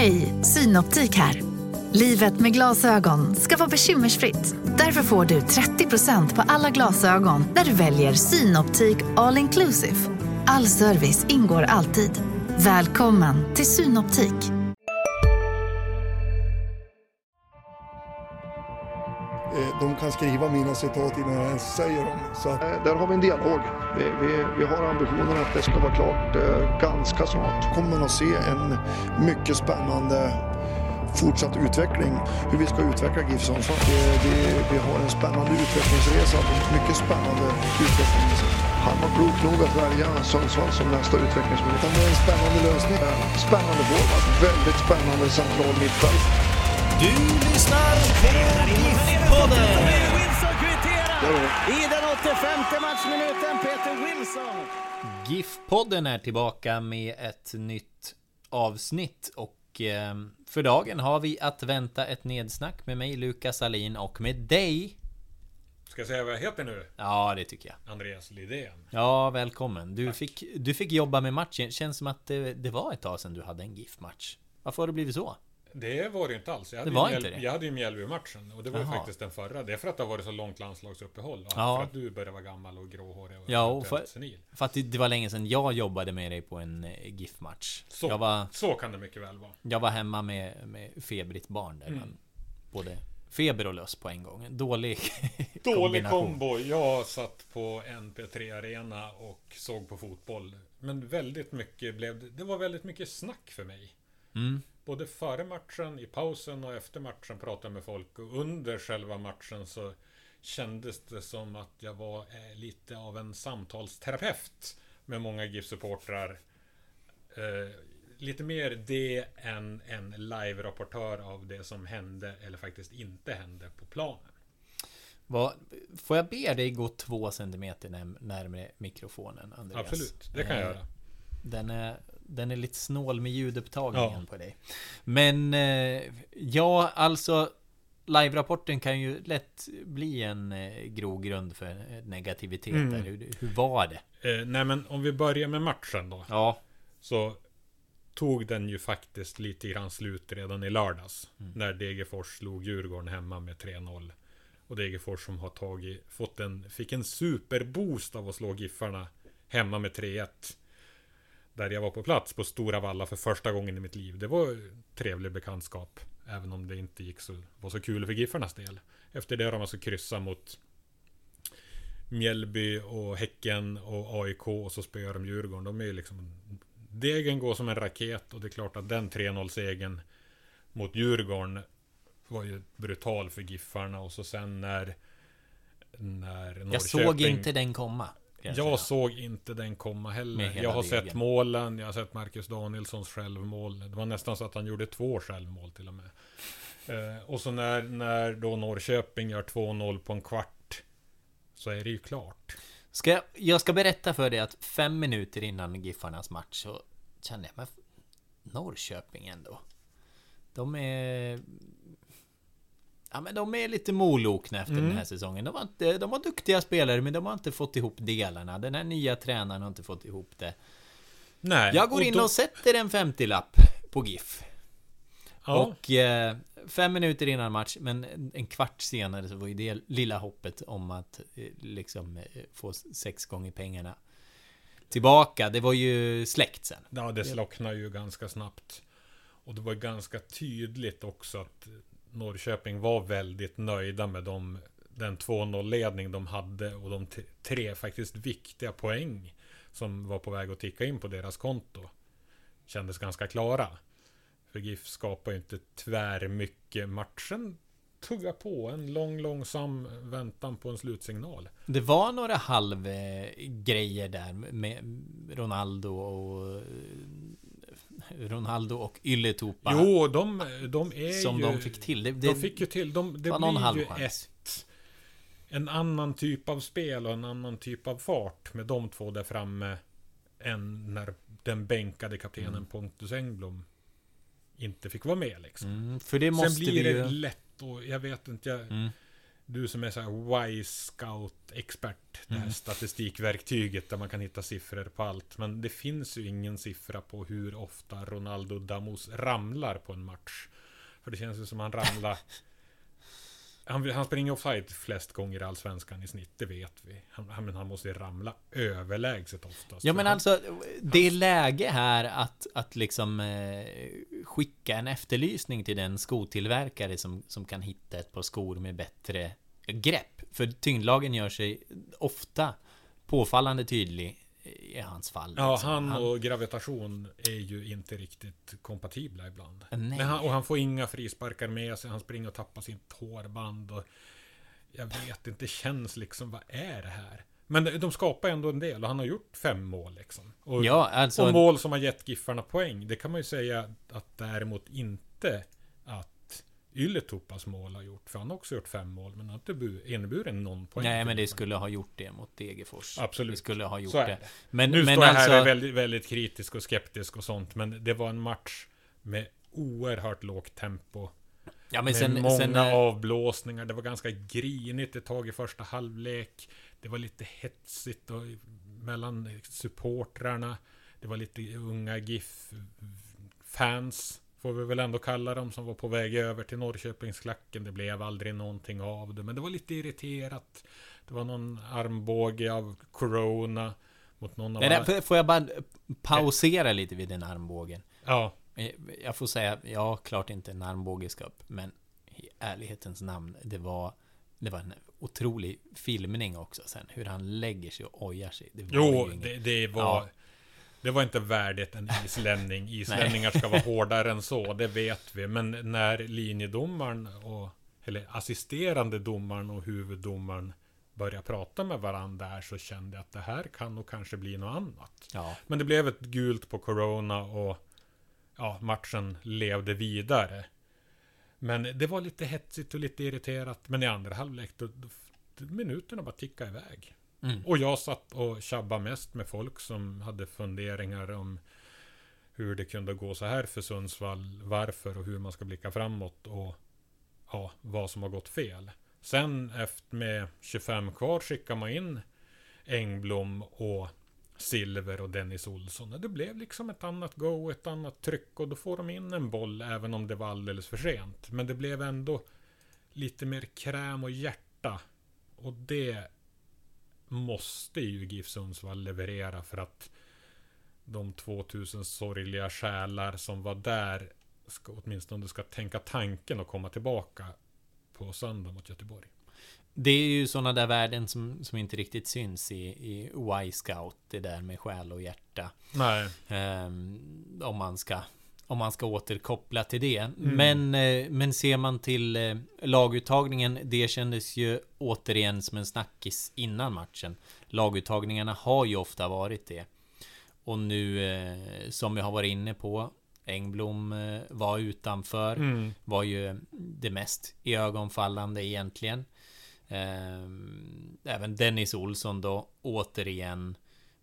Hej, Synoptik här. Livet med glasögon ska vara bekymmersfritt. Därför får du 30% på alla glasögon när du väljer Synoptik All Inclusive. All service ingår alltid. Välkommen till Synoptik. De kan skriva mina citat innan jag ens säger dem. Så där har vi en dialog. Vi har ambitionen att det ska vara klart ganska snart. Kommer man att se en mycket spännande fortsatt utveckling. Hur vi ska utveckla GIF Sundsvall. Vi har en spännande utvecklingsresa. Mycket spännande utveckling. Han var klok nog att välja Sundsvall som nästa utvecklingsmöjlighet. Det är en spännande lösning. Spännande forward. Väldigt spännande central mittfält. Du lyssnar på GIF-podden. I den 85:e matchminuten, Peter Wilson. GIF-podden är tillbaka med ett nytt avsnitt. Och för dagen har vi att vänta ett nedsnack med mig, Lukas Alin, och med dig. Ska jag säga vad jag heter nu? Ja, det tycker jag. Andreas Lidén. Ja, välkommen. Du fick jobba med matchen. Känns som att det var ett tag sedan du hade en GIF-match. Varför har det blivit så? Det var det inte alls. Jag hade ju Mjällby-matchen. Och det var ju faktiskt den förra. Det är för att det har varit så långt landslagsuppehåll. Ja. För att du började vara gammal och gråhårig och senil. För att det var länge sedan jag jobbade med dig på en GIF-match. Så kan det mycket väl vara. Jag var hemma med febrigt barn där. Både feber och löss på en gång. Dålig kombo. Jag satt på NP3 Arena och såg på fotboll. Men väldigt mycket det var väldigt mycket snack för mig. Både före matchen, i pausen och efter matchen pratade jag med folk. Och under själva matchen så kändes det som att jag var lite av en samtalsterapeut med många GIF-supportrar. Lite mer det än en live-rapportör av det som hände eller faktiskt inte hände på planen. Får jag be dig gå 2 centimeter närmare mikrofonen, Andreas? Absolut, det kan jag göra. Den är lite snål med ljudupptagningen på dig. Men ja, alltså live-rapporten kan ju lätt bli en grogrund för negativitet. Hur var det? Nej, men om vi börjar med matchen då. Ja. Så tog den ju faktiskt lite grann slut redan i lördags. När Degerfors slog Djurgården hemma med 3-0. Och Degerfors som har fick en superboost av att slå Giffarna hemma med 3-1. Där jag var på plats på Stora Valla för första gången i mitt liv. Det var trevlig bekantskap. Även om det inte var så kul för Giffarnas del. Efter det har de alltså kryssat mot Mjällby och Häcken och AIK. Och så spöar de Djurgården. De är liksom... Degen går som en raket. Och det är klart att den 3-0-segern mot Djurgården var ju brutal för Giffarna. Och så sen när Norrköping... Jag såg inte den komma. Jag såg inte den komma heller. Jag har sett målen. Jag har sett Marcus Danielssons självmål. Det var nästan så att han gjorde 2 självmål till och med. Och så när då Norrköping gör 2-0 på en kvart, så är det ju klart. Jag ska berätta för dig att 5 minuter innan Giffarnas match så kände jag mig Norrköping ändå. De är lite molokna efter den här säsongen. De var duktiga spelare, men de har inte fått ihop delarna. Den här nya tränaren har inte fått ihop det. Nej. Jag går in och sätter en 50-lapp på GIF. Ja. Och 5 minuter innan match, men en kvart senare så var ju det lilla hoppet om att få 6 gånger pengarna tillbaka. Det var ju släckt sen. Ja, det slocknade ju ganska snabbt. Och det var ganska tydligt också att Norrköping var väldigt nöjda med den 2-0-ledning de hade och de 3 faktiskt viktiga poäng som var på väg att ticka in på deras konto. Kändes ganska klara. För GIF skapar ju inte tvär mycket. Matchen tog jag på en långsam väntan på en slutsignal. Det var några halvgrejer där med Ronaldo och Ylätupa. Jo, de är som ju... de fick till. De fick ju till. Det blir ju en annan typ av spel och en annan typ av fart med de 2 där framme än när den bänkade kaptenen Pontus Engblom inte fick vara med liksom. För det måste sen blir det lätt och jag vet inte Du som är så här Y-scout-expert, det här statistikverktyget där man kan hitta siffror på allt. Men det finns ju ingen siffra på hur ofta Ronaldo Damus ramlar på en match. För det känns ju som han ramlar... Han springer offside flest gånger i Allsvenskan i snitt, det vet vi. Han måste ramla överlägset oftast. Ja, men alltså, det är läge här att liksom skicka en efterlysning till den skotillverkare som kan hitta ett par skor med bättre grepp. För tyngdlagen gör sig ofta påfallande tydlig i hans fall. Ja, liksom. Han och gravitation är ju inte riktigt kompatibla ibland. Men han får inga frisparkar med sig. Han springer och tappar sin hårband. Och jag vet inte, det känns liksom, vad är det här? Men de skapar ändå en del och han har gjort 5 mål liksom. Och, ja, alltså... och mål som har gett Giffarna poäng. Det kan man ju säga att däremot inte att Ylätupas mål har gjort. För han har också gjort 5 mål, men har inte inneburit någon poäng. Nej, men det skulle ha gjort det mot Degerfors. Absolut. Det skulle ha gjort så är det. Men nu står jag här och är väldigt, väldigt kritisk och skeptisk och sånt. Men det var en match med oerhört lågt tempo. Ja, men med många avblåsningar. Det var ganska grinigt ett tag i första halvlek. Det var lite hetsigt och mellan supportrarna. Det var lite unga GIF-fans, får vi väl ändå kalla dem, som var på väg över till Norrköpingsklacken. Det blev aldrig någonting av det, men det var lite irriterat. Det var någon armbåge av Corona mot någon av... Får jag bara pausera lite vid den armbågen? Ja. Jag får säga, ja, klart inte en armbåge ska upp, men i ärlighetens namn, det var en otrolig filmning också sen, hur han lägger sig och ojar sig. Det var inte värdigt en islänning. Islänningar ska vara hårdare än så, det vet vi. Men när linjedomaren eller assisterande domaren och huvuddomaren började prata med varandra där, så kände jag att det här kan nog kanske bli något annat. Ja. Men det blev ett gult på Corona och matchen levde vidare. Men det var lite hetsigt och lite irriterat. Men i andra halvlek då minuterna bara tickade iväg. Och jag satt och tjabbade mest med folk som hade funderingar om hur det kunde gå så här för Sundsvall, varför och hur man ska blicka framåt och vad som har gått fel. Sen efter med 25 kvar skickar man in Engblom och Silver och Dennis Olsson. Det blev liksom ett annat go, ett annat tryck, och då får de in en boll även om det var alldeles för sent. Men det blev ändå lite mer kräm och hjärta, och det måste ju GIF Sundsvall leverera för att de 2000 sorgliga själar som var där åtminstone ska tänka tanken och komma tillbaka på söndag mot Göteborg. Det är ju sådana där värden som inte riktigt syns i Y-scout, det där med själ och hjärta. Nej. Om man ska återkoppla till det. Men ser man till laguttagningen, det kändes ju återigen som en snackis innan matchen. Laguttagningarna har ju ofta varit det. Och nu, som jag har varit inne på, Engblom var utanför, var ju det mest iögonfallande egentligen. Även Dennis Olsson då, återigen.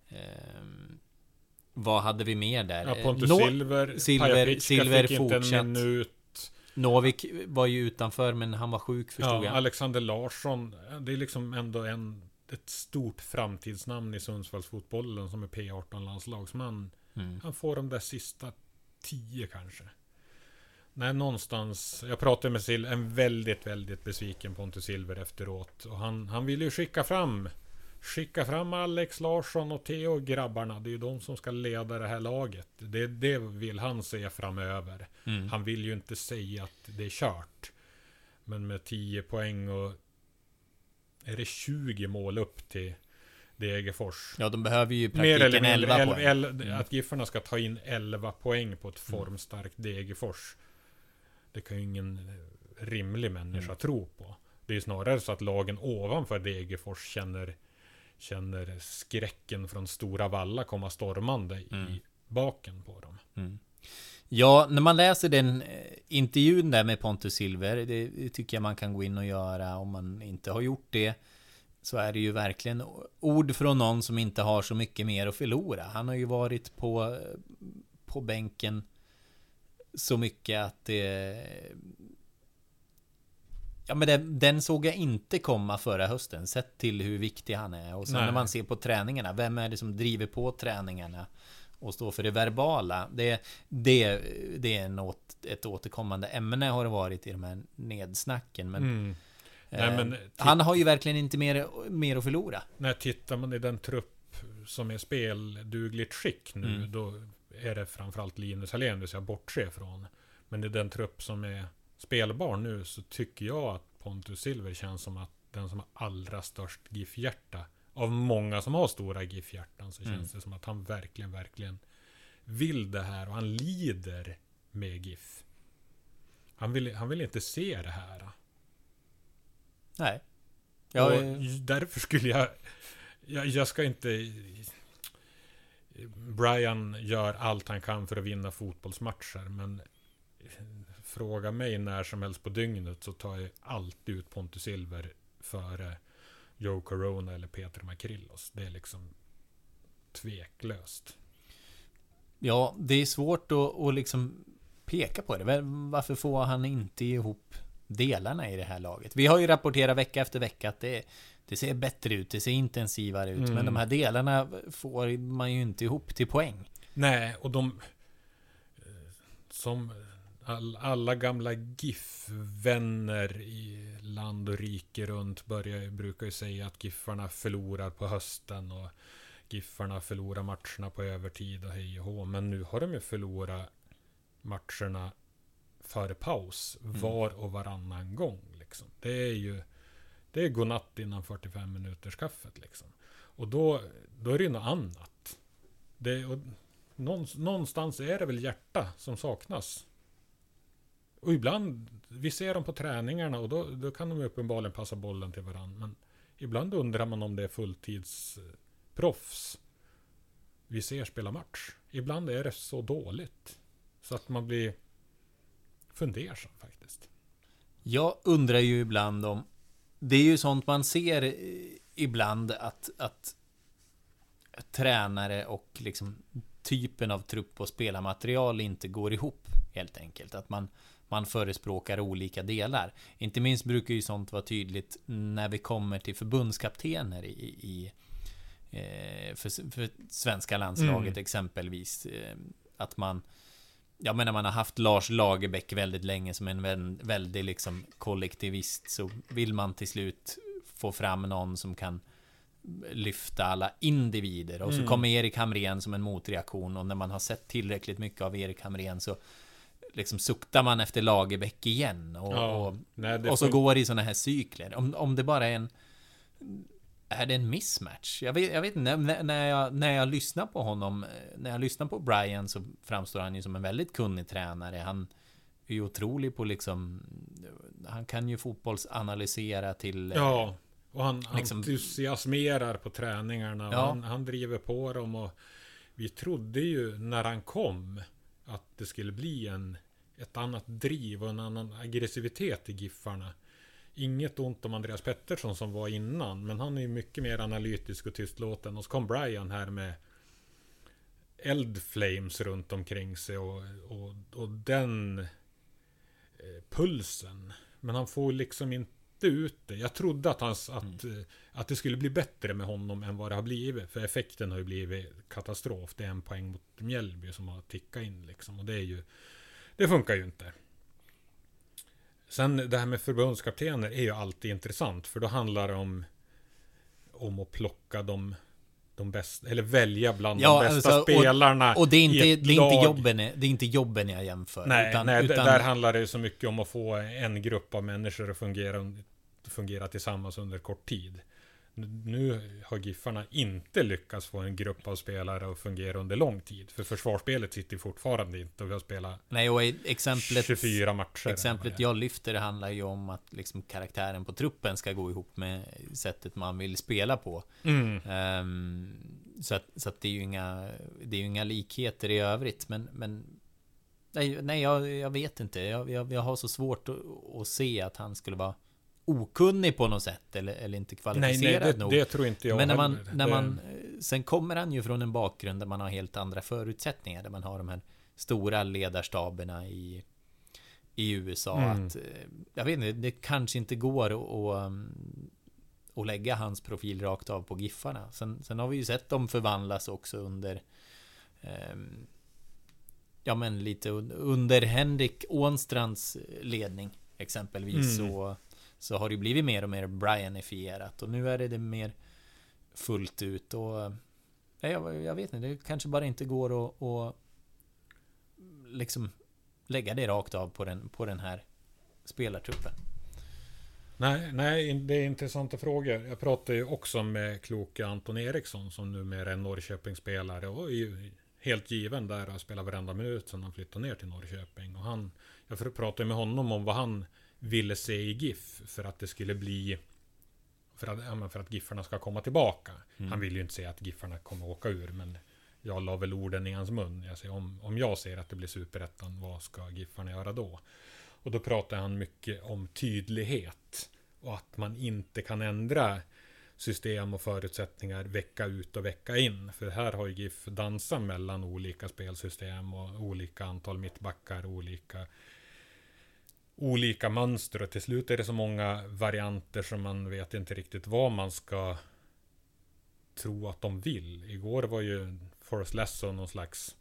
Vad hade vi mer där? Ja, Pontus Silver fick fortsatt. Inte en minut. Novik var ju utanför, men han var sjuk, förstod jag. Alexander Larsson, det är liksom ändå ett stort framtidsnamn i Sundsvallsfotbollen som är P18-landslagsman. Han får de där sista 10 kanske. Nej, någonstans. Jag pratade med en väldigt, väldigt besviken Pontus Silver efteråt. Och han ville ju skicka fram Alex Larsson och Theo, grabbarna. Det är ju de som ska leda det här laget. Det vill han se framöver. Han vill ju inte säga att det är kört. Men med 10 poäng och är det 20 mål upp till Degerfors. Ja, de behöver ju praktiken 11 poäng. Att Giffarna ska ta in 11 poäng på ett formstarkt Degerfors. Det kan ju ingen rimlig människa tro på. Det är ju snarare så att lagen ovanför Degerfors känner skräcken från Stora Valla komma stormande i baken på dem. Ja, när man läser den intervjun där med Pontus Silver, det tycker jag man kan gå in och göra om man inte har gjort det, så är det ju verkligen ord från någon som inte har så mycket mer att förlora. Han har ju varit på bänken så mycket att Ja, men den såg jag inte komma förra hösten, sett till hur viktig han är. Och sen när man ser på träningarna, vem är det som driver på träningarna och står för det verbala? Det är ett återkommande ämne har det varit i de här nedsnacken. Men, han har ju verkligen inte mer att förlora. När tittar man i den trupp som är speldugligt skick nu, då är det framförallt Linus Hallenius jag bortser från. Men i den trupp som är spelbar nu, så tycker jag att Pontus Silver känns som att den som har allra störst GIF-hjärta av många som har stora GIF-hjärtan, så känns det som att han verkligen vill det här, och han lider med GIF. Han vill inte se det här. Nej. Därför skulle jag ska inte... Brian gör allt han kan för att vinna fotbollsmatcher, men fråga mig när som helst på dygnet så tar jag alltid ut Pontus Silver före Joe Corona eller Peter Makrillos. Det är liksom tveklöst. Ja, det är svårt att liksom peka på det. Varför får han inte ihop delarna i det här laget? Vi har ju rapporterat vecka efter vecka att det ser bättre ut, det ser intensivare ut, men de här delarna får man ju inte ihop till poäng. Nej, och de som alla gamla GIF-vänner i land och rike runt brukar ju säga att GIFarna förlorar på hösten och GIFarna förlorar matcherna på övertid och hej och hå. Men nu har de ju förlorat matcherna före paus var och varannan gång liksom. Det är godnatt innan 45 minuters kaffet liksom. Och då är det ju något annat. Någonstans är det väl hjärta som saknas. Och ibland, vi ser dem på träningarna och då kan de uppenbarligen passa bollen till varandra. Men ibland undrar man om det är fulltidsproffs vi ser spela match. Ibland är det så dåligt så att man blir fundersam faktiskt. Jag undrar ju ibland om det är ju sånt man ser ibland att tränare och liksom typen av trupp och spelarmaterial inte går ihop helt enkelt. Att man förespråkar olika delar. Inte minst brukar ju sånt vara tydligt när vi kommer till förbundskaptener för svenska landslaget exempelvis. Att man när man har haft Lars Lagerbäck väldigt länge som en väldigt liksom kollektivist, så vill man till slut få fram någon som kan lyfta alla individer. Och så kommer Erik Hamrén som en motreaktion, och när man har sett tillräckligt mycket av Erik Hamrén så liksom suktar man efter Lagerbäck igen och så går det i såna här cykler. Om det bara är det en mismatch? Jag vet inte, när jag lyssnar på honom, när jag lyssnar på Brian, så framstår han ju som en väldigt kunnig tränare. Han är ju otrolig på liksom, han kan ju fotbollsanalysera till och han liksom entusiasmerar på träningarna och han driver på dem, och vi trodde ju när han kom att det skulle bli ett annat driv och en annan aggressivitet i Giffarna. Inget ont om Andreas Pettersson som var innan, men han är ju mycket mer analytisk och tystlåten. Och så kom Brian här med eldflames runt omkring sig och den pulsen. Men han får liksom inte ut det. Jag trodde att det skulle bli bättre med honom än vad det har blivit. För effekten har ju blivit katastrof. Det är 1 poäng mot Mjällby som har tickat in liksom. Och det funkar ju inte. Sen det här med förbundskaptener är ju alltid intressant, för då handlar det om att plocka de bästa, eller välja bland de bästa spelarna. Och det är inte jobben jag jämför. Nej, där handlar det så mycket om att få en grupp av människor att fungera tillsammans under kort tid. Nu har Giffarna inte lyckats få en grupp av spelare att fungera under lång tid. För försvarsspelet sitter fortfarande inte, och vi har spelat 24 matcher. Exemplet jag lyfter, det handlar ju om att liksom karaktären på truppen ska gå ihop med sättet man vill spela på. Så att det är ju inga likheter i övrigt. Men nej, jag vet inte. Jag har så svårt att se att han skulle vara okunnig på något sätt eller inte kvalificerad nog. Det tror inte jag. Men sen kommer han ju från en bakgrund där man har helt andra förutsättningar, där man har de här stora ledarstaberna i USA att jag vet inte, det kanske inte går att lägga hans profil rakt av på Giffarna. Sen har vi ju sett dem förvandlas också under lite under Henrik Ånstrands ledning exempelvis, så har det blivit mer och mer Brianifierat, och nu är det mer fullt ut, och jag vet inte, det kanske bara inte går att liksom lägga det rakt av på den här spelartruppen. Nej, det är intressanta frågor. Jag pratade ju också med kloka Anton Eriksson som numera är Norrköpingsspelare och är ju helt given där och spelar varenda minut sedan han flyttade ner till Norrköping. Och jag pratade med honom om vad han ville se i GIF för att det skulle bli för att Giffarna ska komma tillbaka. Han vill ju inte säga att Giffarna kommer åka ur, men jag la väl orden i hans mun. Jag säger, om jag ser att det blir superettan, vad ska Giffarna göra då? Och då pratar han mycket om tydlighet och att man inte kan ändra system och förutsättningar vecka ut och vecka in. För här har ju GIF dansat mellan olika spelsystem och olika antal mittbackar, olika mönster, och till slut är det så många varianter som man vet inte riktigt vad man ska tro att de vill. Igår var ju Forrest Lesson någon slags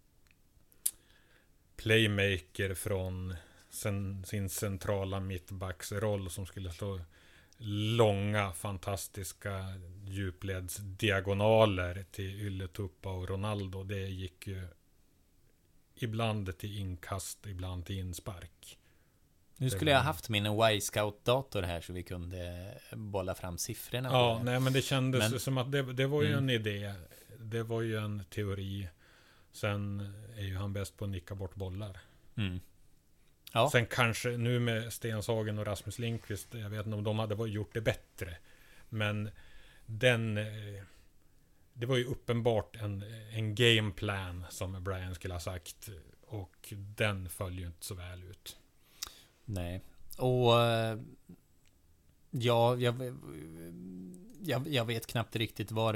playmaker från sin centrala mittbacksroll som skulle slå långa, fantastiska djupledsdiagonaler till Ylätupa och Ronaldo. Det gick ju ibland till inkast, ibland till inspark. Nu skulle jag haft min Y-Scout-dator här så vi kunde bolla fram siffrorna. Ja, nej, men det kändes som att det var ju en idé. Det var ju en teori. Sen är ju han bäst på att nicka bort bollar. Ja. Sen kanske nu med Stenshagen och Rasmus Lindqvist, jag vet inte om de hade gjort det bättre. Men det var ju uppenbart en gameplan som Brian skulle ha sagt. Och den följer ju inte så väl ut. Nej. Och jag vet knappt riktigt var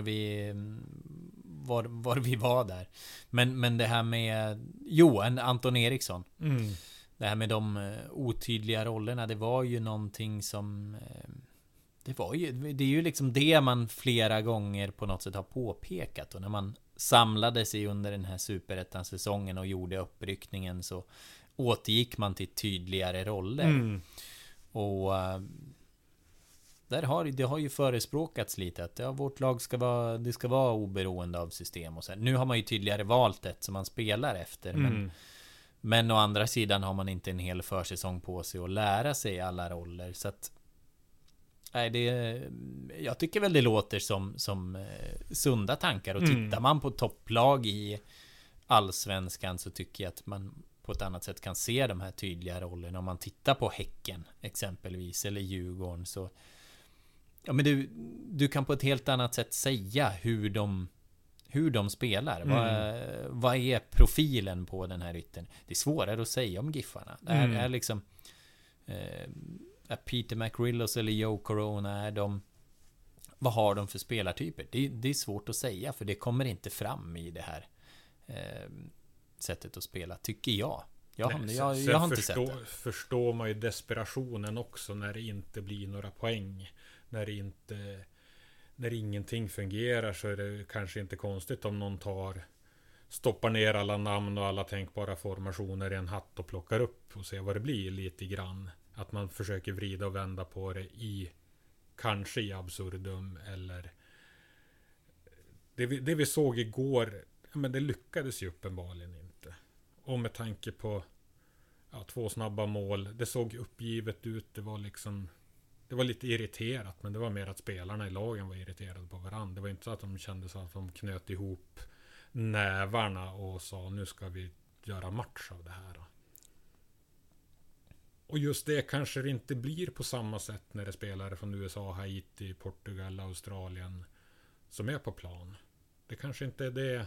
vi var där. Men det här med Anton Eriksson. Det här med de otydliga rollerna, det var ju någonting som det är ju liksom det man flera gånger på något sätt har påpekat, och när man samlade sig under den här superettan-säsongen och gjorde uppryckningen så återgick man till tydligare roller. Och det har ju förespråkats lite att vårt lag ska vara oberoende av system och så. Nu har man ju tydligare valt ett som man spelar efter, men å andra sidan har man inte en hel försäsong på sig att lära sig alla roller, så att jag tycker väl det låter som sunda tankar, och tittar man på topplag i Allsvenskan så tycker jag att man på ett annat sätt kan se de här tydliga rollerna. Om man tittar på Häcken exempelvis eller Djurgården, så men du kan på ett helt annat sätt säga hur de spelar. Vad är profilen på den här ytten? Det är svårare att säga om Giffarna. Det här är liksom är Peter McRillos eller Joe Corona, vad har de för spelartyper? Det är svårt att säga, för det kommer inte fram i det här sättet att spela, tycker jag. Jag har inte sett det. Förstår man ju desperationen också när det inte blir några poäng. När ingenting fungerar, så är det kanske inte konstigt om någon stoppar ner alla namn och alla tänkbara formationer i en hatt och plockar upp och ser vad det blir lite grann. Att man försöker vrida och vända på det kanske i absurdum, eller det vi såg igår, men det lyckades ju uppenbarligen inte. Och med tanke på 2 snabba mål, det såg uppgivet ut, det var lite irriterat, men det var mer att spelarna i lagen var irriterade på varandra. Det var inte så att de kände så att de knöt ihop nävarna och sa nu ska vi göra match av det här. Och just det kanske det inte blir på samma sätt när det spelare från USA, Haiti, Portugal, Australien som är på plan. Det kanske inte är det.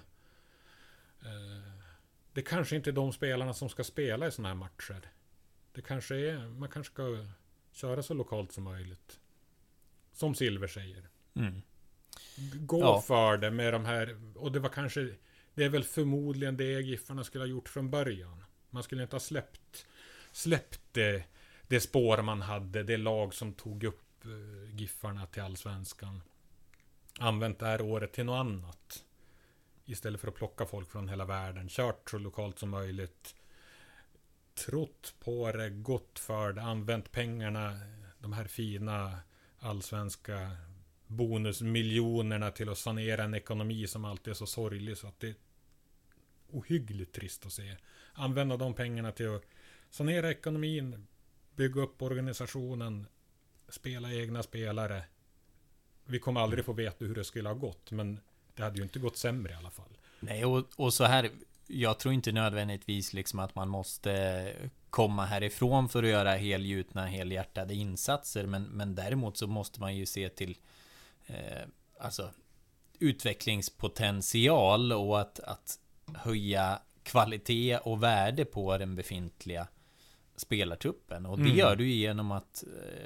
Det kanske inte är de spelarna som ska spela i såna här matcher. Det kanske är, man kanske ska köra så lokalt som möjligt. Som Silver säger. Gå för det med de här. Och det är väl förmodligen det Giffarna skulle ha gjort från början. Man skulle inte ha släppt släppte det spår man hade, det lag som tog upp Giffarna till allsvenskan, använt det här året till något annat istället för att plocka folk från hela världen, kört så lokalt som möjligt, trott på det, gått för det, använt pengarna, de här fina allsvenska bonusmiljonerna till att sanera en ekonomi som alltid är så sorglig så att det är ohyggligt trist att se. Använda de pengarna till att sanera ekonomin, bygga upp organisationen, spela egna spelare. Vi kommer aldrig få veta hur det skulle ha gått, men det hade ju inte gått sämre i alla fall. Nej, och så här, jag tror inte nödvändigtvis liksom att man måste komma härifrån för att göra helhjärtade insatser, men däremot så måste man ju se till alltså utvecklingspotential och att höja kvalitet och värde på den befintliga spelartruppen, och det gör du genom att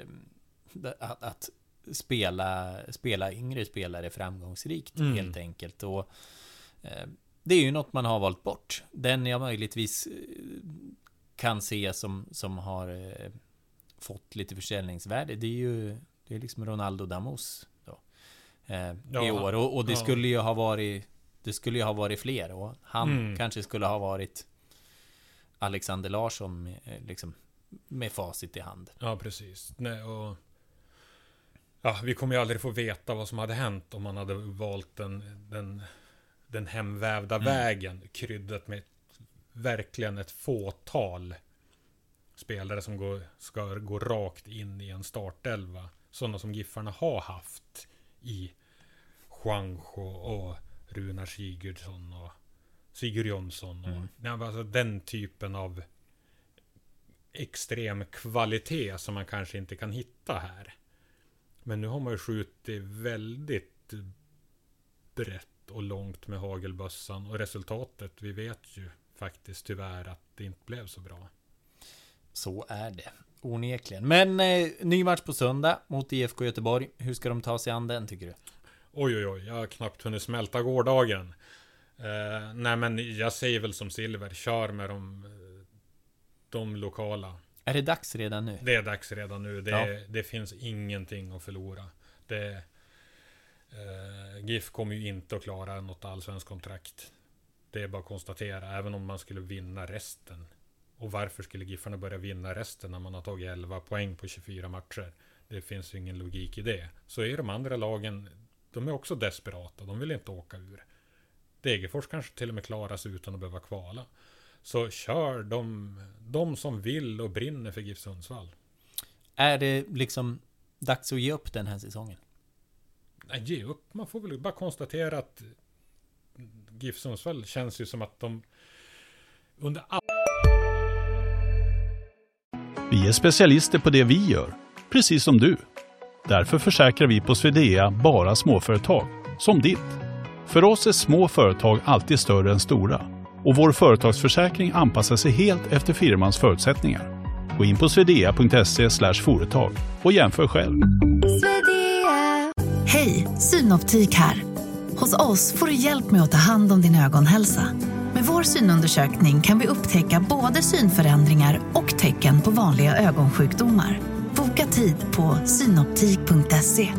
spela yngre spelare framgångsrikt helt enkelt, och det är ju något man har valt bort. Den jag möjligtvis kan se som har fått lite försäljningsvärde, det är liksom Ronaldo Damus då, i år, och det skulle ju ha varit fler, och han kanske skulle ha varit Alexander Larsson liksom med facit i hand. Ja, precis. Nej, och vi kommer ju aldrig få veta vad som hade hänt om man hade valt den hemvävda vägen, kryddat med verkligen ett fåtal spelare som ska gå rakt in i en startelva, sådana som Giffarna har haft i Juanjo och Runar Sigurdsson och Sigurd Jonsson och alltså den typen av extrem kvalitet som man kanske inte kan hitta här. Men nu har man ju skjutit väldigt brett och långt med hagelbössan, och resultatet, vi vet ju faktiskt tyvärr att det inte blev så bra. Så är det, onekligen. Men ny match på söndag mot IFK Göteborg. Hur ska de ta sig an den, tycker du? Oj, jag har knappt hunnit smälta gårdagen. Nej, men jag säger väl som Silver, kör med de lokala. Är det dags redan nu? Det är dags redan nu. Det finns ingenting att förlora. GIF kommer ju inte att klara något allsvensk kontrakt. Det är bara att konstatera, även om man skulle vinna resten. Och varför skulle Giffarna börja vinna resten när man har tagit 11 poäng på 24 matcher? Det finns ju ingen logik i det. Så är de andra lagen, de är också desperata. De vill inte åka ur. Degerfors kanske till och med klaras utan att behöva kvala. Så kör de som vill och brinner för GIF Sundsvall. Är det liksom dags att ge upp den här säsongen? Nej, ge upp. Man får väl bara konstatera att GIF Sundsvall känns ju som att de under Vi är specialister på det vi gör, precis som du. Därför försäkrar vi på Swedea bara småföretag, som ditt. För oss är små företag alltid större än stora. Och vår företagsförsäkring anpassar sig helt efter firmans förutsättningar. Gå in på swedea.se/företag och jämför själv. Hej, Synoptik här. Hos oss får du hjälp med att ta hand om din ögonhälsa. Med vår synundersökning kan vi upptäcka både synförändringar och tecken på vanliga ögonsjukdomar. Boka tid på synoptik.se.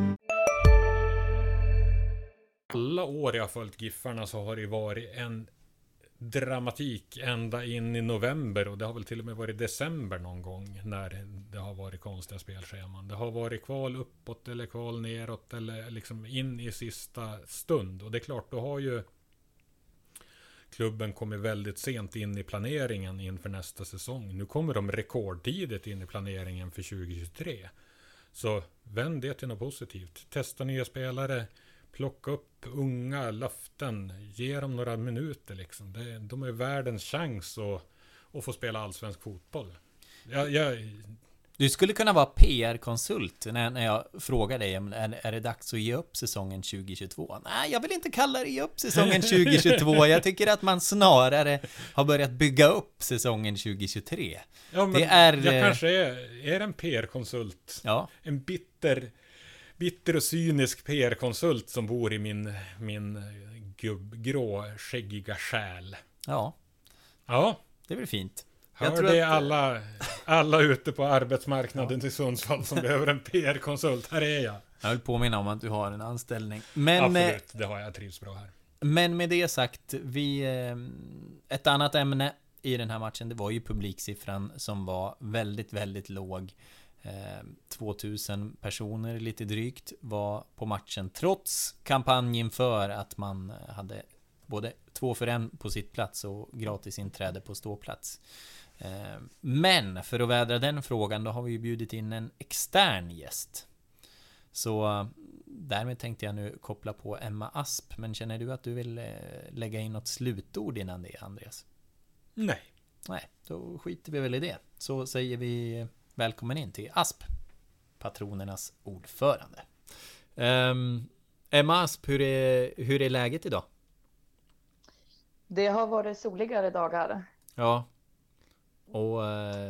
Alla år jag har följt Giffarna så har det varit en dramatik ända in i november, och det har väl till och med varit december någon gång när det har varit konstiga spelscheman. Det har varit kval uppåt eller kval neråt eller liksom in i sista stund, och det är klart, då har ju klubben kommit väldigt sent in i planeringen inför nästa säsong. Nu kommer de rekordtidigt in i planeringen för 2023. Så vänd det till något positivt. Testa nya spelare, plocka upp unga löften, ge dem några minuter liksom. De är världens chans att få spela allsvensk fotboll. Du skulle kunna vara PR-konsult när jag frågar dig, är det dags att ge upp säsongen 2022? Nej, jag vill inte kalla det ge upp säsongen 2022. Jag tycker att man snarare har börjat bygga upp säsongen 2023. Ja, men jag kanske är en PR-konsult. Ja. En bitter och cynisk PR-konsult som bor i min grå, skäggiga själ. Ja. Ja. Det är väl fint. Hör det alla ute på arbetsmarknaden till Sundsvall som behöver en PR-konsult. Här är jag. Jag vill påminna om att du har en anställning. Absolut, det har jag, trivs bra här. Men med det sagt, ett annat ämne i den här matchen, det var ju publiksiffran som var väldigt, väldigt låg. 2000 personer lite drygt var på matchen, trots kampanjen för att man hade både 2 för 1 på sitt plats och gratis inträde på ståplats. Men för att vädra den frågan, då har vi ju bjudit in en extern gäst. Så därmed tänkte jag nu koppla på Emma Asp. Men känner du att du vill lägga in något slutord innan det, Andreas? Nej, då skiter vi väl i det. Så säger vi välkommen in till Asp, patronernas ordförande. Emma Asp, hur är läget idag? Det har varit soligare dagar. Ja. Och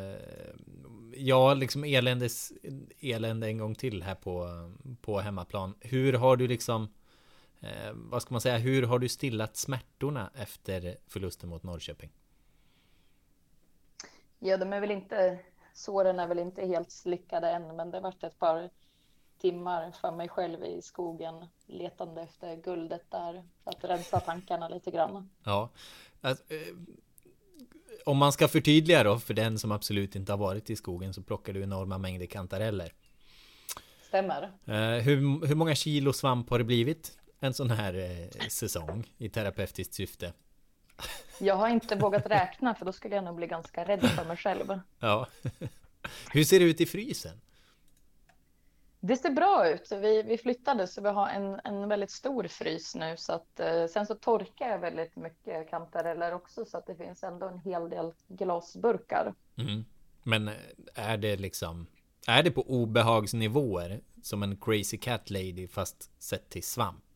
liksom elände en gång till här på hemmaplan. Hur har du liksom vad ska man säga, hur har du stillat smärtorna efter förlusten mot Norrköping? Ja, såren är väl inte helt slickade än, men det har varit ett par timmar för mig själv i skogen letande efter guldet där, för att rensa tankarna lite grann. Ja, om man ska förtydliga då, för den som absolut inte har varit i skogen, så plockar du enorma mängder kantareller. Stämmer. Hur många kilo svamp har det blivit en sån här säsong i terapeutiskt syfte? Jag har inte vågat räkna, för då skulle jag nog bli ganska rädd för mig själv. Ja. Hur ser det ut i frysen? Det ser bra ut. Vi flyttade, så vi har en väldigt stor frys nu. Så att, sen så torkar jag väldigt mycket kantareller också, så att det finns ändå en hel del glasburkar. Mm. Men är det på obehagsnivåer som en crazy cat lady fast sett till svamp?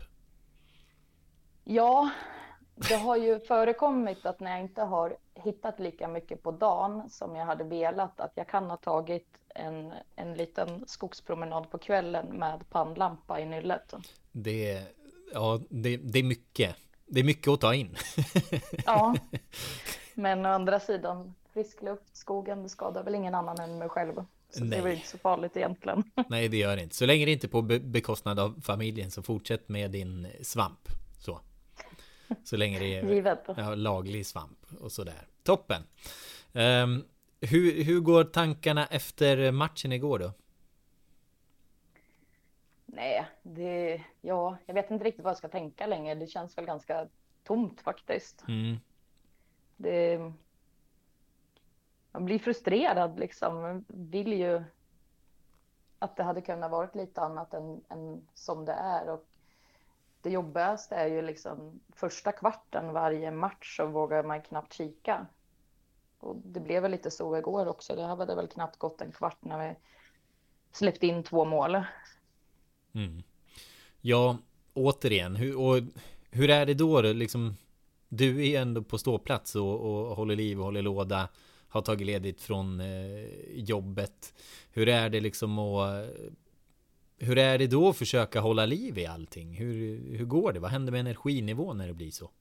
Ja, det har ju förekommit att när jag inte har hittat lika mycket på dagen som jag hade velat, att jag kan ha tagit en liten skogspromenad på kvällen med pannlampa i nyllet. Det är mycket. Det är mycket att ta in. Ja, men å andra sidan, frisk luft, skogen, det skadar väl ingen annan än mig själv. Så nej. Det är väl inte så farligt egentligen. Nej, det gör det inte. Så länge det inte är på bekostnad av familjen, så fortsätt med din svamp. Så länge det är laglig svamp och sådär. Toppen. Hur går tankarna efter matchen igår då? Nej, jag vet inte riktigt vad jag ska tänka längre. Det känns väl ganska tomt faktiskt. Mm. Man blir frustrerad liksom. Man vill ju att det hade kunnat varit lite annat än som det är. Och det jobbigaste är ju liksom första kvarten varje match, så vågar man knappt kika. Och det blev väl lite så igår också. Det hade väl knappt gått en kvart när vi släppte in 2 mål. Mm. Ja, återigen. Hur är det då? Liksom, du är ändå på ståplats och håller liv och håller låda. Har tagit ledigt från jobbet. Hur är det liksom hur är det då att försöka hålla liv i allting? Hur går det? Vad händer med energinivån när det blir så?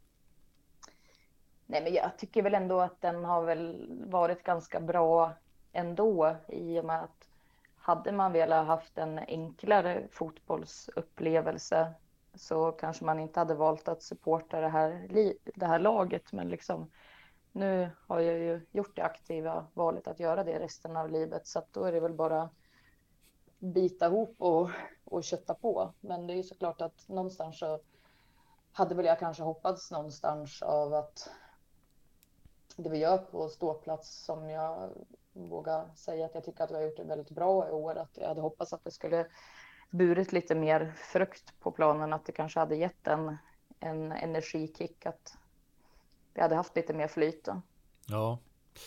Nej, men jag tycker väl ändå att den har väl varit ganska bra ändå, i och med att hade man velat haft en enklare fotbollsupplevelse så kanske man inte hade valt att supporta det här laget. Men liksom, nu har jag ju gjort det aktiva valet att göra det resten av livet, så att då är det väl bara bita ihop och kötta på. Men det är ju såklart att någonstans så hade väl jag kanske hoppats någonstans av att det vi gör på ståplats, som jag vågar säga att jag tycker att vi har gjort det väldigt bra i år, att jag hade hoppats att det skulle burit lite mer frukt på planen, att det kanske hade gett en energikick, att vi hade haft lite mer flyt. Ja.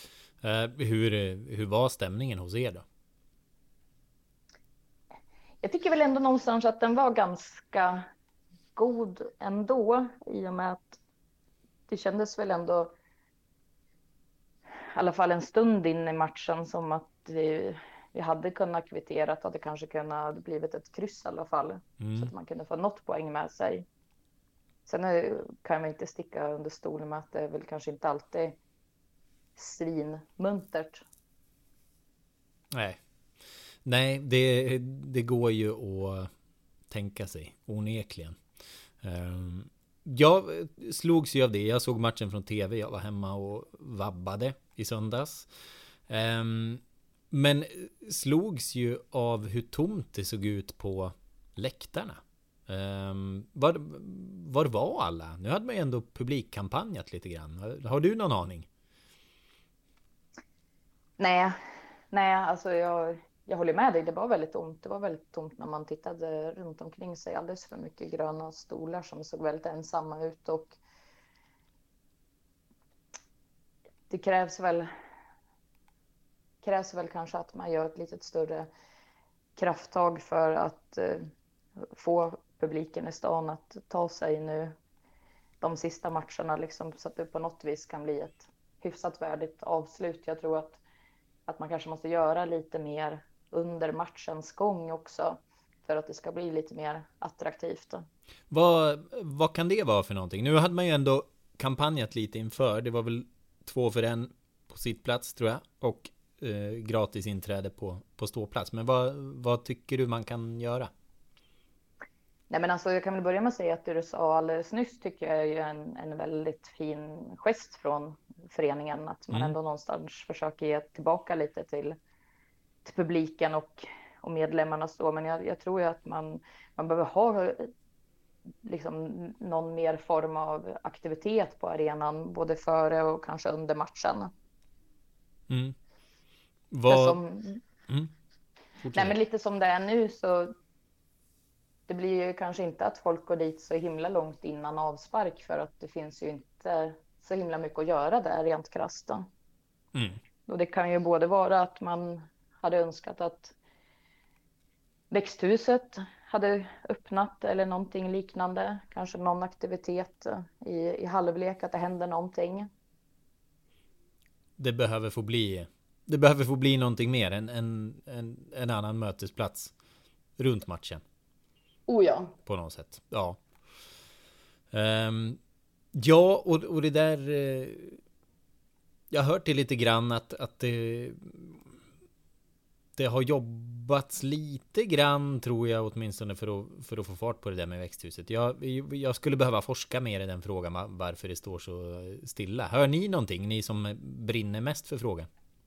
Hur var stämningen hos er då? Jag tycker väl ändå någonstans att den var ganska god ändå, i och med att det kändes väl ändå, i alla fall en stund in i matchen, som att vi hade kunnat kvittera, att det kanske kunnat blivit ett kryss i alla fall. Så att man kunde få något poäng med sig. Sen kan man inte sticka under stolen med att det väl kanske inte alltid svinmuntert. Nej, det går ju att tänka sig, onekligen. Jag slogs ju av det. Jag såg matchen från tv. Jag var hemma och vabbade i söndags. Men slogs ju av hur tomt det såg ut på läktarna. Var var alla? Nu hade man ju ändå publikkampanjat lite grann. Har du någon aning? Nej, alltså jag håller med dig. Det var väldigt tomt. Det var väldigt tomt när man tittade runt omkring sig. Alldeles för mycket gröna stolar som såg väldigt ensamma ut. Och det krävs väl kanske att man gör ett lite större krafttag för att få publiken i stan att ta sig nu de sista matcherna liksom, så att det på något vis kan bli ett hyfsat värdigt avslut. Jag tror att man kanske måste göra lite mer under matchens gång också för att det ska bli lite mer attraktivt. Vad kan det vara för någonting? Nu hade man ju ändå kampanjat lite inför. Det var väl 2 för 1 på sittplats tror jag och gratis inträde på ståplats. Men vad tycker du man kan göra? Nej, men alltså, jag kan väl börja med att säga att det du sa alldeles nyss tycker jag är ju en väldigt fin gest från föreningen. Att man ändå någonstans försöker ge tillbaka lite till publiken och medlemmarna. Så. Men jag tror ju att man behöver ha liksom någon mer form av aktivitet på arenan. Både före och kanske under matchen. Nej, men lite som det är nu så det blir ju kanske inte att folk går dit så himla långt innan avspark för att det finns ju inte så himla mycket att göra där rent krasst. Och det kan ju både vara att man hade önskat att växthuset hade öppnat eller någonting liknande. Kanske någon aktivitet i halvlek, att det händer någonting. Det behöver få bli någonting mer än en annan mötesplats runt matchen. Ja. På något sätt, ja. Ja, och det där jag har hört det lite grann att det har jobbats lite grann tror jag åtminstone för att få fart på det där med växthuset. Jag skulle behöva forska mer i den frågan varför det står så stilla. Hör ni någonting? Ni som brinner mest för frågan?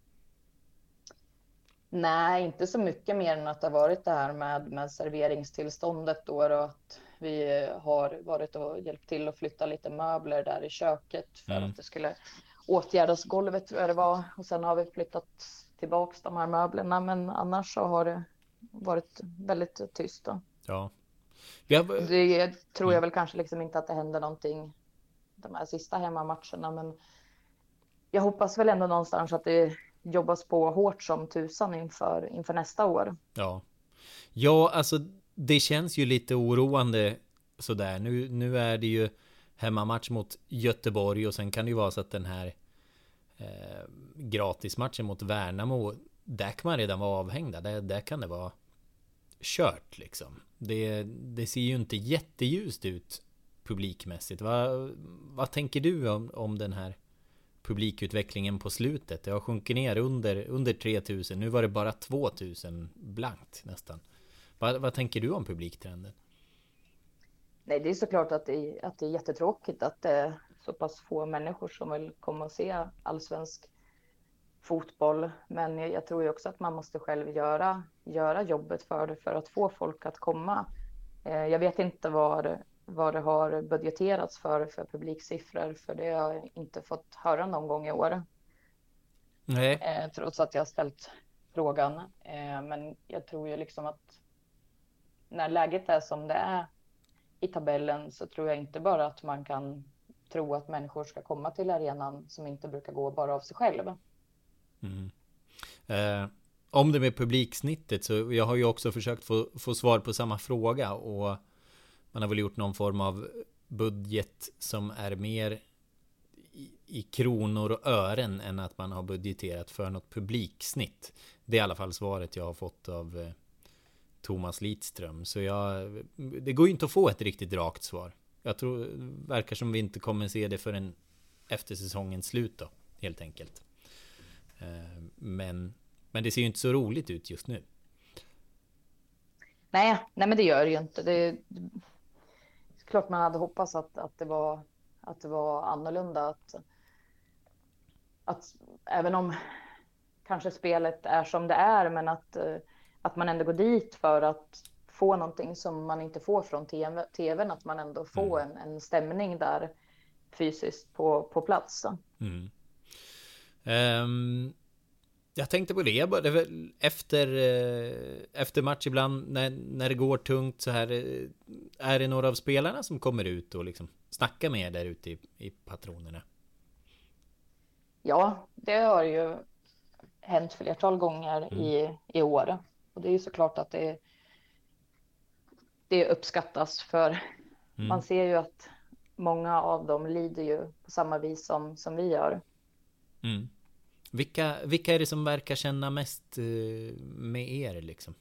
Nej, inte så mycket mer än att det har varit det här med serveringstillståndet då, och att vi har varit och hjälpt till att flytta lite möbler där i köket för att det skulle åtgärdas, golvet tror jag det var, och sen har vi flyttat tillbaks de här möblerna, men annars så har det varit väldigt tyst då. Ja. Det tror jag väl kanske liksom inte att det händer någonting de här sista hemmamatcherna, men jag hoppas väl ändå någonstans att det jobbas på hårt som tusan inför nästa år. Ja, alltså det känns ju lite oroande sådär. Nu är det ju hemmamatch mot Göteborg och sen kan det ju vara så att den här gratismatchen mot Värnamo, där kan man redan vara avhängda. Där kan det vara kört liksom. Det ser ju inte jätteljust ut publikmässigt. Vad tänker du om den här publikutvecklingen på slutet? Det har sjunkit ner under 3000. Nu var det bara 2000 blankt nästan. Vad tänker du om publiktrenden? Nej, det är såklart att det är jättetråkigt att det är så pass få människor som vill komma och se allsvensk fotboll. Men jag tror ju också att man måste själv göra jobbet för att få folk att komma. Jag vet inte vad det har budgeterats för publiksiffror, för det har jag inte fått höra någon gång i år. Nej. Trots att jag har ställt frågan. Men jag tror ju liksom att när läget är som det är i tabellen, så tror jag inte bara att man kan tro att människor ska komma till arenan som inte brukar gå bara av sig själv. Om det med publiksnittet, så jag har ju också försökt få svar på samma fråga, och man har väl gjort någon form av budget som är mer i kronor och ören än att man har budgeterat för något publiksnitt. Det är i alla fall svaret jag har fått av Thomas Lidström. Så det går ju inte att få ett riktigt rakt svar. Jag tror, verkar som vi inte kommer se det förrän efter säsongens slut då, helt enkelt. Men det ser ju inte så roligt ut just nu. Nej, men det gör det ju inte. Det är klart man hade hoppats att det var annorlunda. Att även om kanske spelet är som det är, men att man ändå går dit för att få någonting som man inte får från tvn, att man ändå får en stämning där fysiskt på plats. Jag tänkte på det efter match ibland när det går tungt så här, är det några av spelarna som kommer ut och liksom snackar med där ute i patronerna? Ja, det har ju hänt flertal gånger i år, och det är ju såklart att det uppskattas, för man ser ju att många av dem lider ju på samma vis som vi gör. Vilka är det som verkar känna mest med er liksom?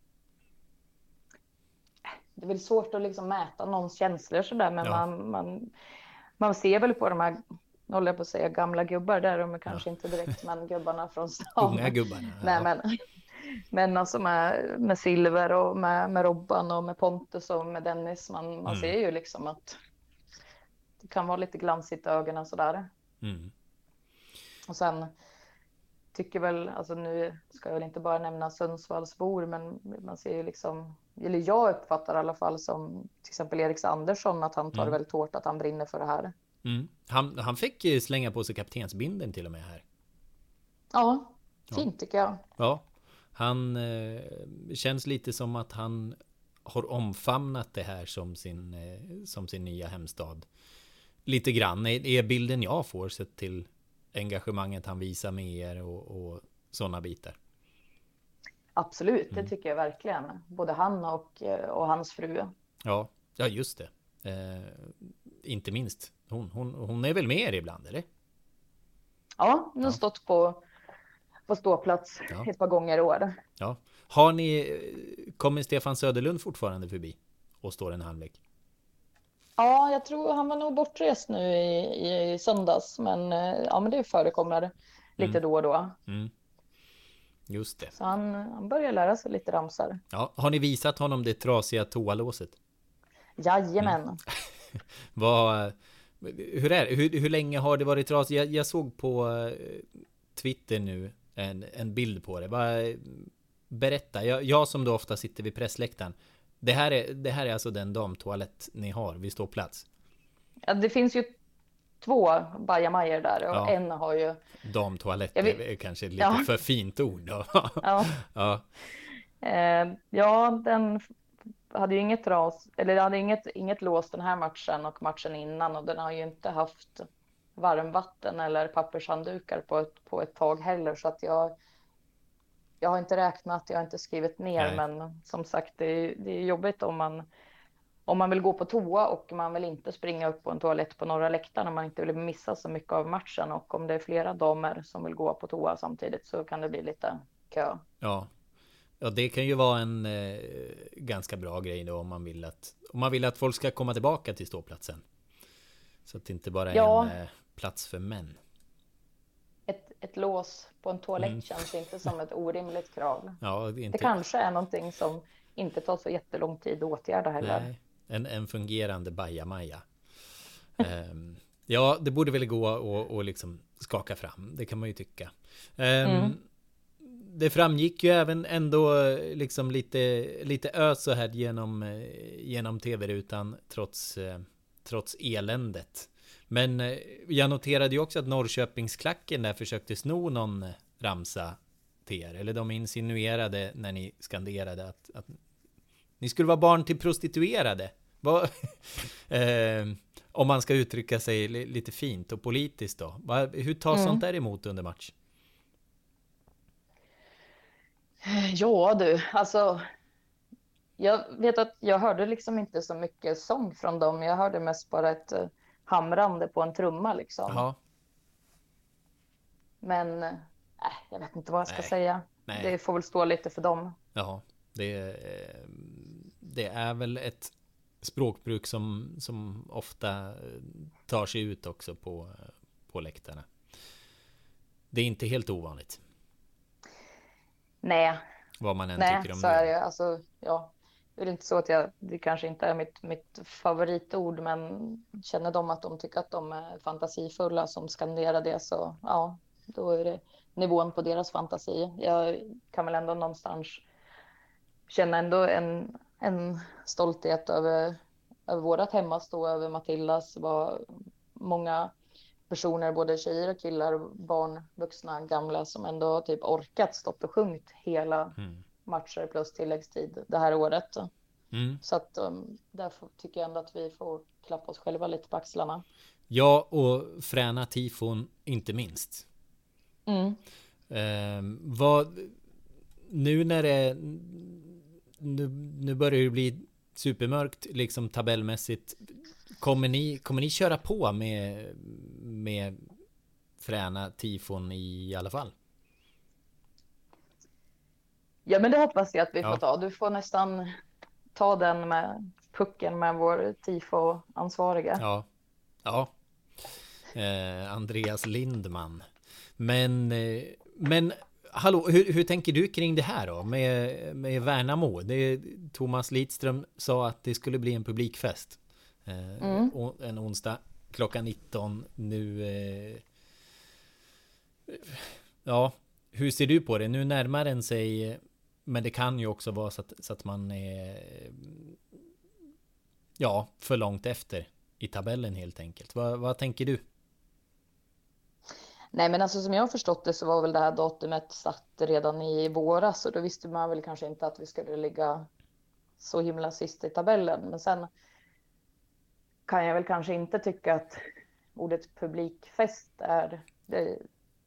Det är väl svårt att liksom mäta någons känslor sådär, men man ser väl på de här, håller jag på att säga, gamla gubbar där, de är kanske inte direkt, men gubbarna från stan. Unga gubbarna. Nej, men alltså med Silver och med Robban och med Pontus och med Dennis, man ser ju liksom att det kan vara lite glansigt i ögonen sådär. Och sen tycker väl, alltså nu ska jag väl inte bara nämna Sundsvallsbor, men man ser ju liksom, eller jag uppfattar i alla fall som till exempel Erik Andersson, att han tar det väldigt hårt, att han brinner för det här. Han fick ju slänga på sig kaptensbinden till och med här. Ja, fint tycker jag. Ja, han känns lite som att han har omfamnat det här som sin nya hemstad. Lite grann är bilden jag får, sett till engagemanget han visar med er och sådana bitar. Absolut, det tycker jag verkligen. Både han och hans fru. Ja, just det. Inte minst. Hon är väl med er ibland, eller? Ja, hon har stått på ståplats ett par gånger i år. Ja. Kommer Stefan Söderlund fortfarande förbi och står en halvlek? Ja, jag tror han var nog bortrest nu i söndags, men det förekommer lite då och då. Just det. Så han börjar lära sig lite ramsar. Ja, har ni visat honom det trasiga toalåset? Jajamän. Hur är det? Hur länge har det varit trasigt? Jag såg på Twitter nu en bild på det. Berätta. Jag som då ofta sitter vid pressläktaren. Det här är alltså den damtoalett ni har vid ståplats. Ja, det finns ju 2 bajamajor där och en har ju... Damtoalett är kanske lite för fint ord då. Den hade ju inget inget lås den här matchen och matchen innan, och den har ju inte haft varmvatten eller pappershanddukar på ett tag heller, så att jag har inte räknat, jag har inte skrivit ner. Nej. Men som sagt, det är jobbigt om man vill gå på toa och man vill inte springa upp på en toalett på norra läktaren, om man inte vill missa så mycket av matchen, och om det är flera damer som vill gå på toa samtidigt så kan det bli lite kö. Ja, det kan ju vara en ganska bra grej då, om man vill att folk ska komma tillbaka till ståplatsen, så att det inte bara är en plats för män. Ett lås på en toalett känns inte som ett orimligt krav. Ja, det kanske är någonting som inte tar så jättelång tid att åtgärda heller. Nej, en fungerande bajamaja. Ja, det borde väl gå och liksom skaka fram. Det kan man ju tycka. Det framgick ju även ändå liksom lite ös så här genom tv-rutan trots eländet. Men jag noterade ju också att Norrköpingsklacken där försökte sno någon ramsa till er. Eller de insinuerade när ni skanderade att ni skulle vara barn till prostituerade. Om man ska uttrycka sig lite fint och politiskt då. Hur tar sånt där emot under match? Ja du, alltså jag vet att jag hörde liksom inte så mycket sång från dem. Jag hörde mest bara ett hamrande på en trumma liksom. Aha. Men jag vet inte vad jag ska säga. Nej. Det får väl stå lite för dem. Ja, det är väl ett språkbruk som ofta tar sig ut också på läktarna. Det är inte helt ovanligt. Nej. Vad man än tycker om så är det. Alltså, ja, det är inte så att det kanske inte är mitt favoritord, men känner de att de tycker att de är fantasifulla som skanderar det, så ja, då är det nivån på deras fantasi. Jag kan väl ändå någonstans känna ändå en stolthet över vårat hemmastå, över Matildas. Var många personer, både tjejer och killar, barn, vuxna, gamla, som ändå typ orkat stått och sjungit hela matcher plus tilläggstid det här året. Så att därför tycker jag ändå att vi får klappa oss själva lite på axlarna. Ja, och fräna tifon inte minst. Nu när det nu börjar det bli supermörkt liksom tabellmässigt. Kommer ni köra på med fräna tifon i alla fall? Ja, men det hoppas jag att vi får ta. Du får nästan ta den med pucken med vår tifo-ansvariga. Ja. Andreas Lindman. Men hallå, hur tänker du kring det här då med Värnamo? Thomas Lidström sa att det skulle bli en publikfest. En onsdag klockan 19 nu. Ja, hur ser du på det? Nu närmar den sig, men det kan ju också vara så att man är för långt efter i tabellen helt enkelt. Vad tänker du? Nej, men alltså som jag har förstått det så var väl det här datumet satt redan i våras, så då visste man väl kanske inte att vi skulle ligga så himla sist i tabellen. Men sen kan jag väl kanske inte tycka att ordet publikfest är det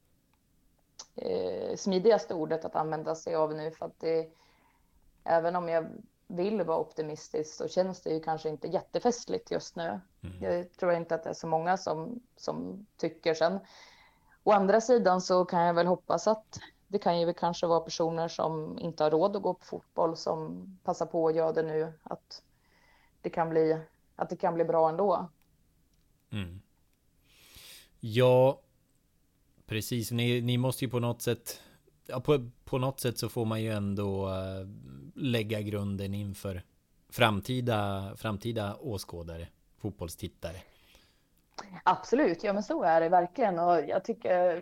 smidigaste ordet att använda sig av nu, för att även om jag vill vara optimistisk så känns det ju kanske inte jättefestligt just nu. Jag tror inte att det är så många som tycker sen. Å andra sidan så kan jag väl hoppas att det kan ju kanske vara personer som inte har råd att gå på fotboll som passar på att göra det nu, att det kan bli bra ändå. Ja, precis. Ni måste ju på något sätt, på något sätt så får man ju ändå lägga grunden inför framtida åskådare, fotbollstittare. Absolut, ja men så är det verkligen, och jag tycker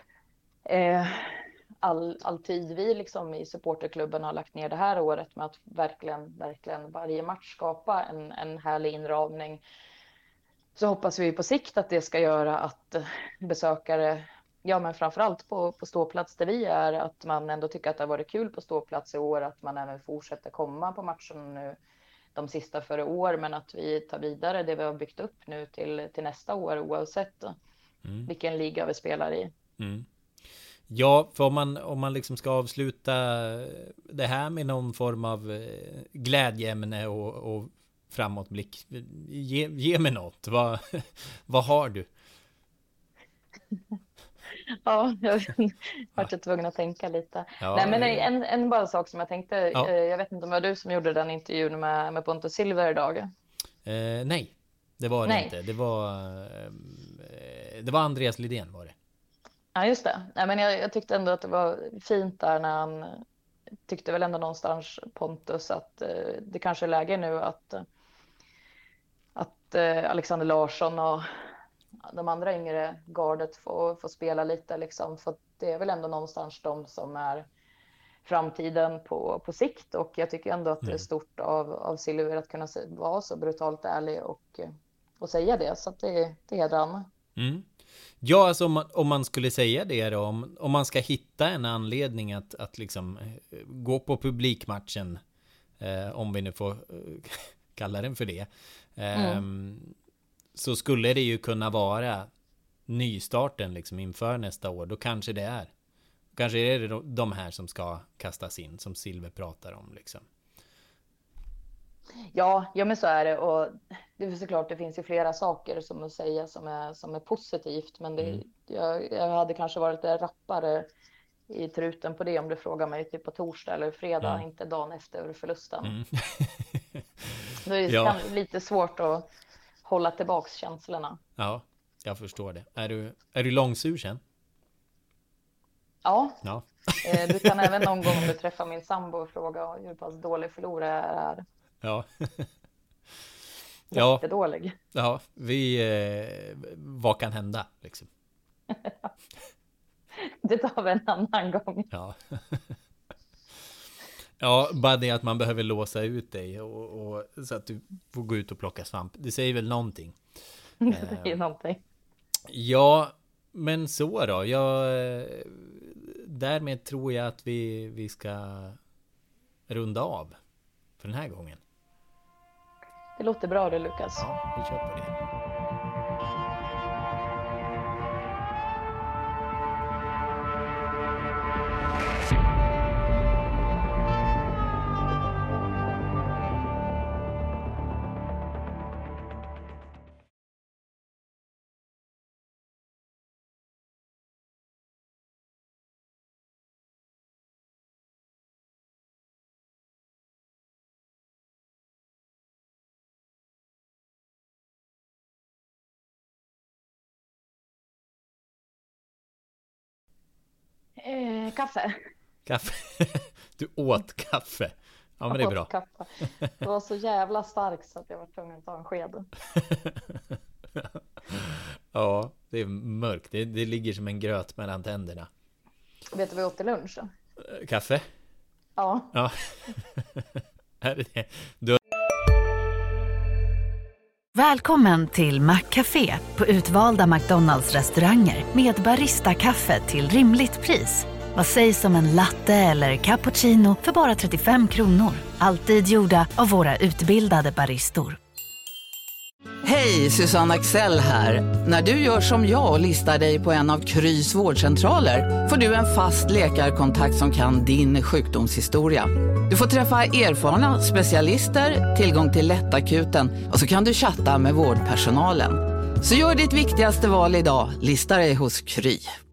alltid vi liksom i supporterklubben har lagt ner det här året med att verkligen varje match skapa en härlig inramning. Så hoppas vi på sikt att det ska göra att besökare, men framförallt på ståplats där vi är, att man ändå tycker att det har varit kul på ståplats i år, att man även fortsätter komma på matcherna nu de sista före år, men att vi tar vidare det vi har byggt upp nu till nästa år, oavsett vilken liga vi spelar i. Ja, för om man liksom ska avsluta det här med någon form av glädjeämne och framåtblick, ge mig något. Vad har du? Ja, jag var tvungen att tänka lite. Nej, men en bara sak som jag tänkte. Jag vet inte om det var du som gjorde den intervjun med Pontus Silver idag. Nej, det var det inte. Det var Andreas Lidén var det. Ja, just det. Nej, men jag tyckte ändå att det var fint där när han tyckte väl ändå någonstans, Pontus, att det kanske är läge nu att Alexander Larsson och de andra yngre gardet får spela lite liksom, för det är väl ändå någonstans de som är framtiden på sikt, och jag tycker ändå att det är stort av Silver att kunna vara så brutalt ärlig och säga det, så att det hedrar han. Ja, alltså om man skulle säga det då, om man ska hitta en anledning att liksom gå på publikmatchen, om vi nu får kalla den för det, så skulle det ju kunna vara nystarten liksom inför nästa år. Då kanske är det de här som ska kastas in, som Silver pratar om liksom. Ja, men så är det, och det är såklart, det finns ju flera saker som att säga som är positivt, men jag hade kanske varit lite rappare i truten på det om du frågar mig typ på torsdag eller fredag, inte dagen efter förlusten. Det är lite svårt att hålla tillbaks känslorna. Ja, jag förstår det. Är du långsur sen? Ja. Ja. Du kan även någon gång om du träffar min sambo fråga hur pass dålig förlorare jag är. Ja. Jättedålig. Ja, vad kan hända liksom? Det tar vi en annan gång. Ja. Ja, bara det att man behöver låsa ut dig och så att du får gå ut och plocka svamp. Det säger väl någonting. Det är någonting. Ja, men så då. Därmed tror jag att vi ska runda av för den här gången. Det låter bra det, Lukas. Ja, vi kör på det. Kaffe. Kaffe. Du åt kaffe. Ja, men det är bra. Kaffe. Det var så jävla starkt så att jag var tvungen att ta en sked. Ja, det är mörkt. Det ligger som en gröt mellan tänderna. Vet du vad jag åt till lunch? Kaffe? Ja. Ja. Är det? Välkommen till Maccafé på utvalda McDonalds restauranger med Barista-kaffe till rimligt pris. Vad sägs om en latte eller cappuccino för bara 35 kronor? Alltid gjorda av våra utbildade baristor. Hej, Susanne Axel här. När du gör som jag och listar dig på en av Krys vårdcentraler får du en fast läkarkontakt som kan din sjukdomshistoria. Du får träffa erfarna specialister, tillgång till lättakuten och så kan du chatta med vårdpersonalen. Så gör ditt viktigaste val idag, lista dig hos Kry.